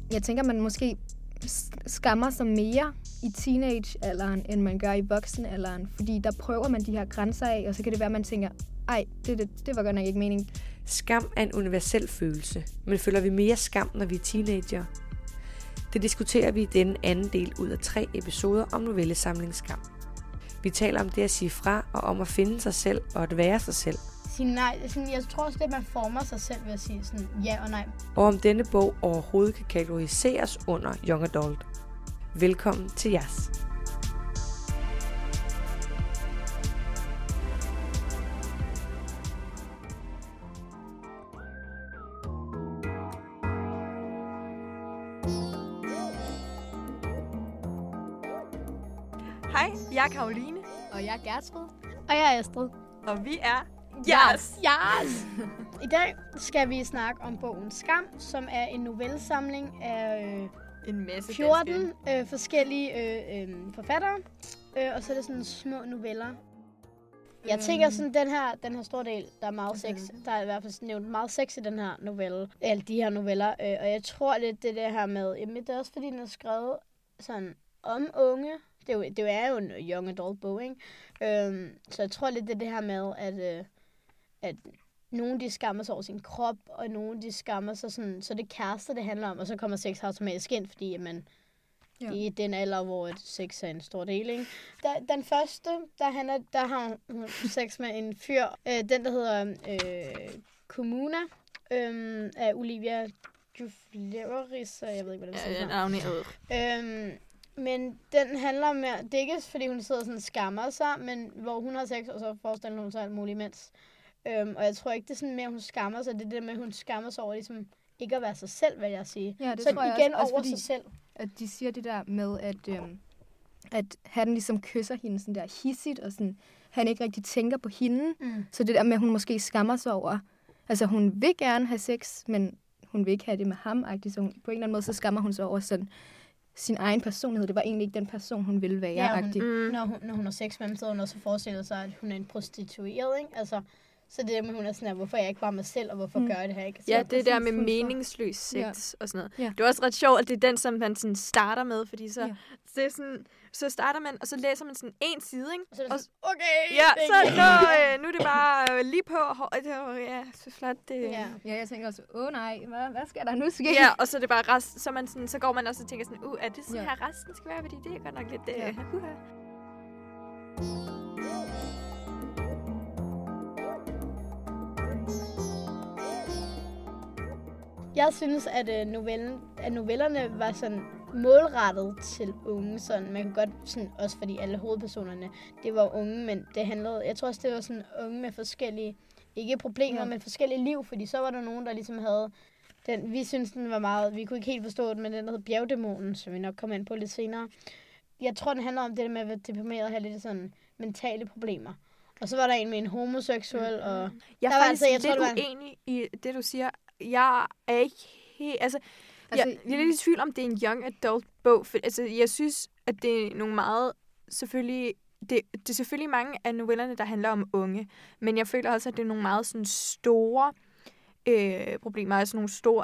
jeg tænker, man måske skammer sig mere i teenagealderen, end man gør i voksenalderen. Fordi der prøver man de her grænser af, og så kan det være, at man tænker, ej, det var godt nok ikke meningen. Skam er en universel følelse, men føler vi mere skam, når vi er teenager? Det diskuterer vi i denne anden del ud af 3 episoder om novellesamling Skam. Vi taler om det at sige fra, og om at finde sig selv og at være sig selv. Sige nej. Jeg tror også, at man former sig selv ved at sige sådan ja og nej. Og om denne bog overhovedet kan kategoriseres under Young Adult. Velkommen til jeres. Hej, jeg er Karoline. Og jeg er Gertrud. Og jeg er Astrid. Og vi er Yes! I dag skal vi snakke om bogen Skam, som er en novellesamling af en masse 14 forskellige forfattere. Og så er det sådan små noveller. Jeg tænker sådan, den her store del, der er meget sex. Der er i hvert fald nævnt meget sex i den her novelle. Eller de her noveller. Og jeg tror lidt, det her med... Jamen, det er også fordi, den er skrevet sådan om unge. Det er jo en young adult bog, ikke? Så jeg tror lidt, det er det her med, at nogen de skammer sig over sin krop, og nogen de skammer sig sådan, så det er kærester, det handler om, og så kommer sex automatisk ind, fordi man i den alder, hvor sex er en stor del, ikke? Den første, der har hun sex med en fyr, den der hedder Kommuna, af Olivia Jufleris, jeg ved ikke, hvad det er. Men den handler om, det er ikke fordi hun sidder sådan og skammer sig, men hvor hun har sex, og så forestiller hun sig alt muligt imens. Og jeg tror ikke, det er sådan mere, hun skammer sig. Det er det med, at hun skammer sig over ligesom ikke at være sig selv, hvad jeg siger. Ja, det så tror jeg igen også, over fordi, sig selv. At de siger det der med, at han ligesom kysser hende sådan der hissigt, og sådan, han ikke rigtig tænker på hende. Så det der med, at hun måske skammer sig over, altså hun vil gerne have sex, men hun vil ikke have det med ham. Så hun, på en eller anden måde, så skammer hun sig over sådan sin egen personlighed. Det var egentlig ikke den person, hun ville være. Ja, når hun har sex med ham, så hun også forestiller sig, at hun er en prostitueret, ikke? Altså, så det der med, hun er sådan, hvorfor er jeg ikke bare mig selv, og hvorfor gør jeg det her, ikke? Så ja, det der med meningsløs sex og sådan noget. Ja. Det er også ret sjovt, at det er den, som man sådan starter med, fordi så, det er sådan, så starter man, og så læser man sådan en side, ikke? Og så er det sådan, okay! Ja, så nu er det bare lige på, ja, så flot. Det. Ja, jeg tænker også, nej, hvad skal der nu ske? Ja, og så er det bare så man sådan, så går man også og tænker sådan, er det sådan her resten skal være, fordi det er godt nok lidt, Jeg synes, at novellerne var sådan målrettet til unge. Sådan. Man kan godt, sådan, også fordi alle hovedpersonerne, det var unge, men det handlede, jeg tror også, det var sådan unge med forskellige, ikke problemer, men forskellige liv, fordi så var der nogen, der ligesom havde den, vi synes, den var meget, vi kunne ikke helt forstå den, men den der hed Bjergdæmonen, som vi nok kommer ind på lidt senere. Jeg tror, den handler om det der med at være deprimeret og have lidt sådan mentale problemer. Og så var der en med en homoseksuel, og jeg er faktisk lidt uenig i det, du siger. Jeg er ikke helt... Altså, jeg er lidt i tvivl om, det er en young adult bog. For, altså, jeg synes, at det er nogle meget... Selvfølgelig... Det er selvfølgelig mange af novellerne, der handler om unge. Men jeg føler også, at det er nogle meget sådan store problemer. Altså nogle store...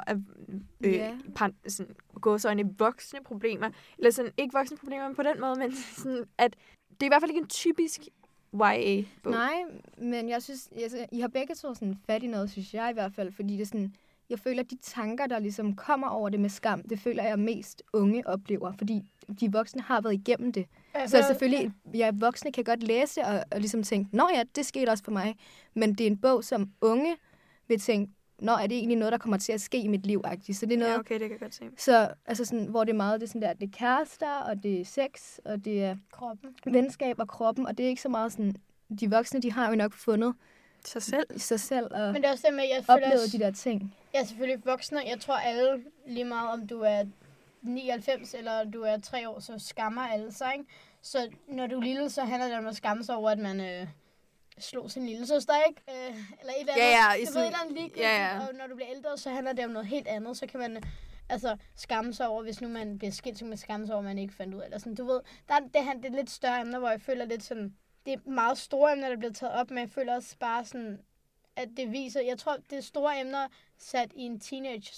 gåseøjne voksne problemer. Eller sådan, ikke voksne problemer på den måde, men sådan, at det er i hvert fald ikke en typisk YA-bog. Nej, men jeg synes... I har begge to sådan fat i noget, synes jeg i hvert fald. Fordi det er sådan... Jeg føler, at de tanker, der ligesom kommer over det med skam, det føler jeg mest unge oplever, fordi de voksne har været igennem det. Så selvfølgelig, voksne kan godt læse og ligesom tænke, nå ja, det skete også for mig. Men det er en bog, som unge vil tænke, nå, er det egentlig noget, der kommer til at ske i mit liv? Så det er noget, ja, okay, det kan jeg godt se. Så altså sådan, hvor det er meget, det er sådan der, det er kærester, og det er sex, og det er venskab og kroppen, og det er ikke så meget sådan, de voksne, de har jo nok fundet sig selv og men det er også det med, jeg oplevet de der ting. Ja, selvfølgelig voksne. Jeg tror alle, lige meget om du er 99 eller du er 3 år, så skammer alle sig, ikke? Så når du er lille, så handler det om at skamme sig over, at man slog sin lille søster, ikke? Eller et eller andet. Ja, du ved, et eller andet ligegyldigt. Og når du bliver ældre, så handler det om noget helt andet. Så kan man skamme sig over, hvis nu man bliver skilt, så kan man skamme sig over, at man ikke fandt ud af det. Sådan, du ved, det er lidt større emner, hvor jeg føler lidt sådan, det er meget store emner, der bliver taget op, men jeg føler også bare sådan, at det viser, jeg tror, det er store emner sat i en teenage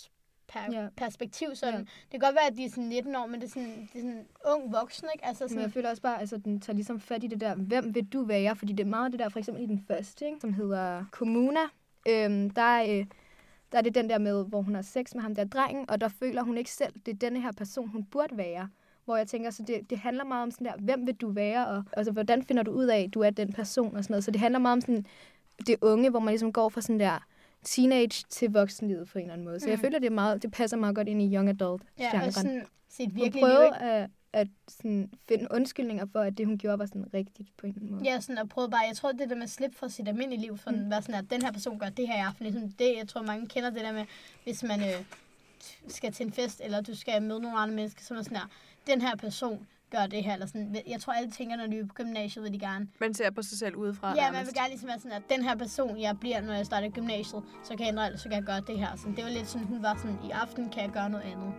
perspektiv. Sådan. Det kan godt være, at de er sådan 19 år, men det er sådan ung voksen, ikke? Altså sådan... Men jeg føler også bare, altså den tager ligesom fat i det der, hvem vil du være? Fordi det er meget det der, for eksempel i den første, ikke? Som hedder Kommuna. Der er det den der med, hvor hun har sex med ham der drengen, og der føler hun ikke selv, det er denne her person, hun burde være. Hvor jeg tænker, så det handler meget om sådan der, hvem vil du være, og altså, hvordan finder du ud af, at du er den person og sådan noget. Så det handler meget om sådan det unge, hvor man ligesom går fra sådan der teenage til voksenlivet på en eller anden måde. Så jeg føler, det passer meget godt ind i young adult-genren. Ja, og sådan set virkelig prøve at sådan finde undskyldninger for, at det, hun gjorde, var sådan rigtigt på en eller anden måde. Ja, sådan at prøve bare, jeg tror, det der med at slippe fra sit almindelige liv, for at være sådan, at den her person gør det her i aften. Ligesom det, jeg tror, mange kender det der med, hvis man skal til en fest, eller du skal møde nogle andre mennesker, som er sådan her, den her person gør det her, eller sådan. Jeg tror, alle tænker, når de er på gymnasiet, vil de gerne. Man ser på sig selv udefra. Ja, man vil gerne ligesom være sådan, at den her person, jeg bliver, når jeg starter gymnasiet, så kan jeg ændre alt, så kan jeg gøre det her. Så det var lidt sådan, hun var sådan, i aften kan jeg gøre noget andet.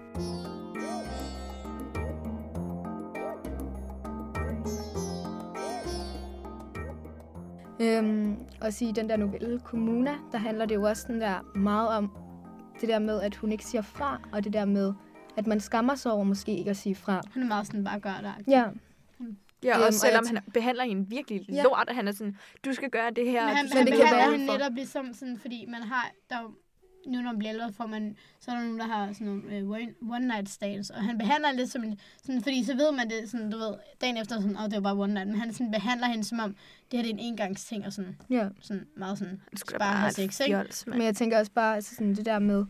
Og sige den der novelle Kommuna, der handler det jo også sådan der meget om det der med, at hun ikke siger fra, og det der med, at man skammer sig over måske ikke at sige fra. Han er meget sådan, bare gør det. Ja. Ja, også selvom han behandler hende virkelig lort, og han er sådan, du skal gøre det her. Men han behandler hende netop ligesom sådan, fordi man har, nu når man bliver ældre, så er der nogen, der har sådan nogle one night stands, og han behandler lidt som sådan, fordi så ved man det sådan, du ved, dagen efter sådan, det var bare one night, men han sådan behandler hende som om, det her det er en engangsting, og sådan, sådan meget sådan, bare have sex, ikke? Men jeg tænker også bare, altså sådan det der med,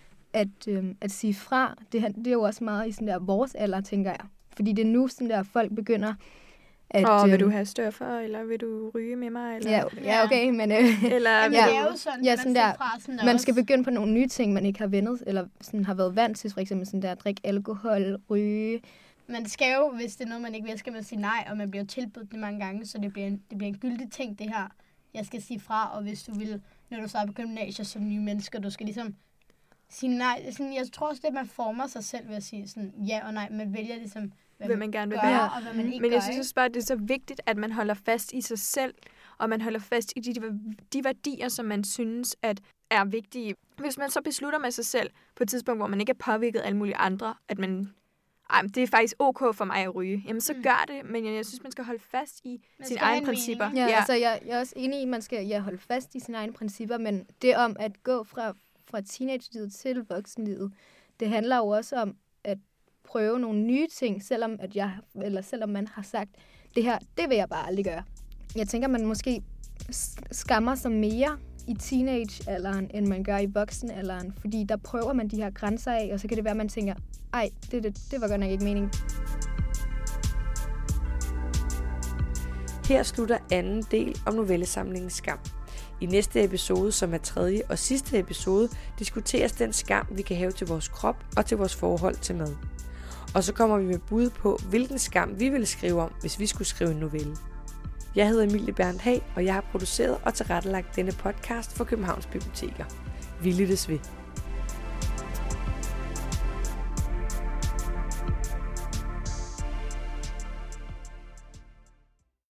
at sige fra, det er jo også meget i sådan der vores alder, tænker jeg. Fordi det er nu sådan der, folk begynder at... vil du have stoffer, eller vil du ryge med mig? Eller? Ja, okay, men... eller, det er jo sådan, ja, sådan der, fra, sådan der man også. skal begynde på nogle nye ting, man ikke har vendet, eller sådan har været vant til, for eksempel sådan der, drikke alkohol, ryge. Man skal jo, hvis det er noget, man ikke vil, skal man sige nej, og man bliver tilbudt det mange gange, så det bliver en gyldig ting, det her. Jeg skal sige fra, og hvis du vil, når du starter på gymnasiet som nye mennesker, du skal ligesom sige nej. Sådan, jeg tror også, det man former sig selv ved at sige sådan ja og nej. Man vælger ligesom, hvad man gerne vil gøre, være. og hvad man ikke Men gør, jeg synes bare, det er så vigtigt, at man holder fast i sig selv, og man holder fast i de værdier, som man synes at er vigtige. Hvis man så beslutter med sig selv på et tidspunkt, hvor man ikke er påvirket af alle mulige andre, at man det er faktisk ok for mig at ryge. Jamen, så gør det, men jeg synes, man skal holde fast i sine egne principper. Ja, altså jeg er også enig i, at man skal holde fast i sine egne principper, men det om at gå fra teenage-livet til voksenlivet, det handler jo også om at prøve nogle nye ting, selvom man har sagt, det her, det vil jeg bare aldrig gøre. Jeg tænker, man måske skammer sig mere i teenage-alderen, end man gør i voksenalderen, fordi der prøver man de her grænser af, og så kan det være, at man tænker, ej, det var godt nok ikke meningen. Her slutter anden del om novellesamlingen Skam. I næste episode, som er tredje og sidste episode, diskuteres den skam, vi kan have til vores krop og til vores forhold til mad. Og så kommer vi med bud på, hvilken skam vi ville skrive om, hvis vi skulle skrive en novelle. Jeg hedder Emilie Bernthag, og jeg har produceret og tilrettelagt denne podcast for Københavns Biblioteker. Vi lyttes ved.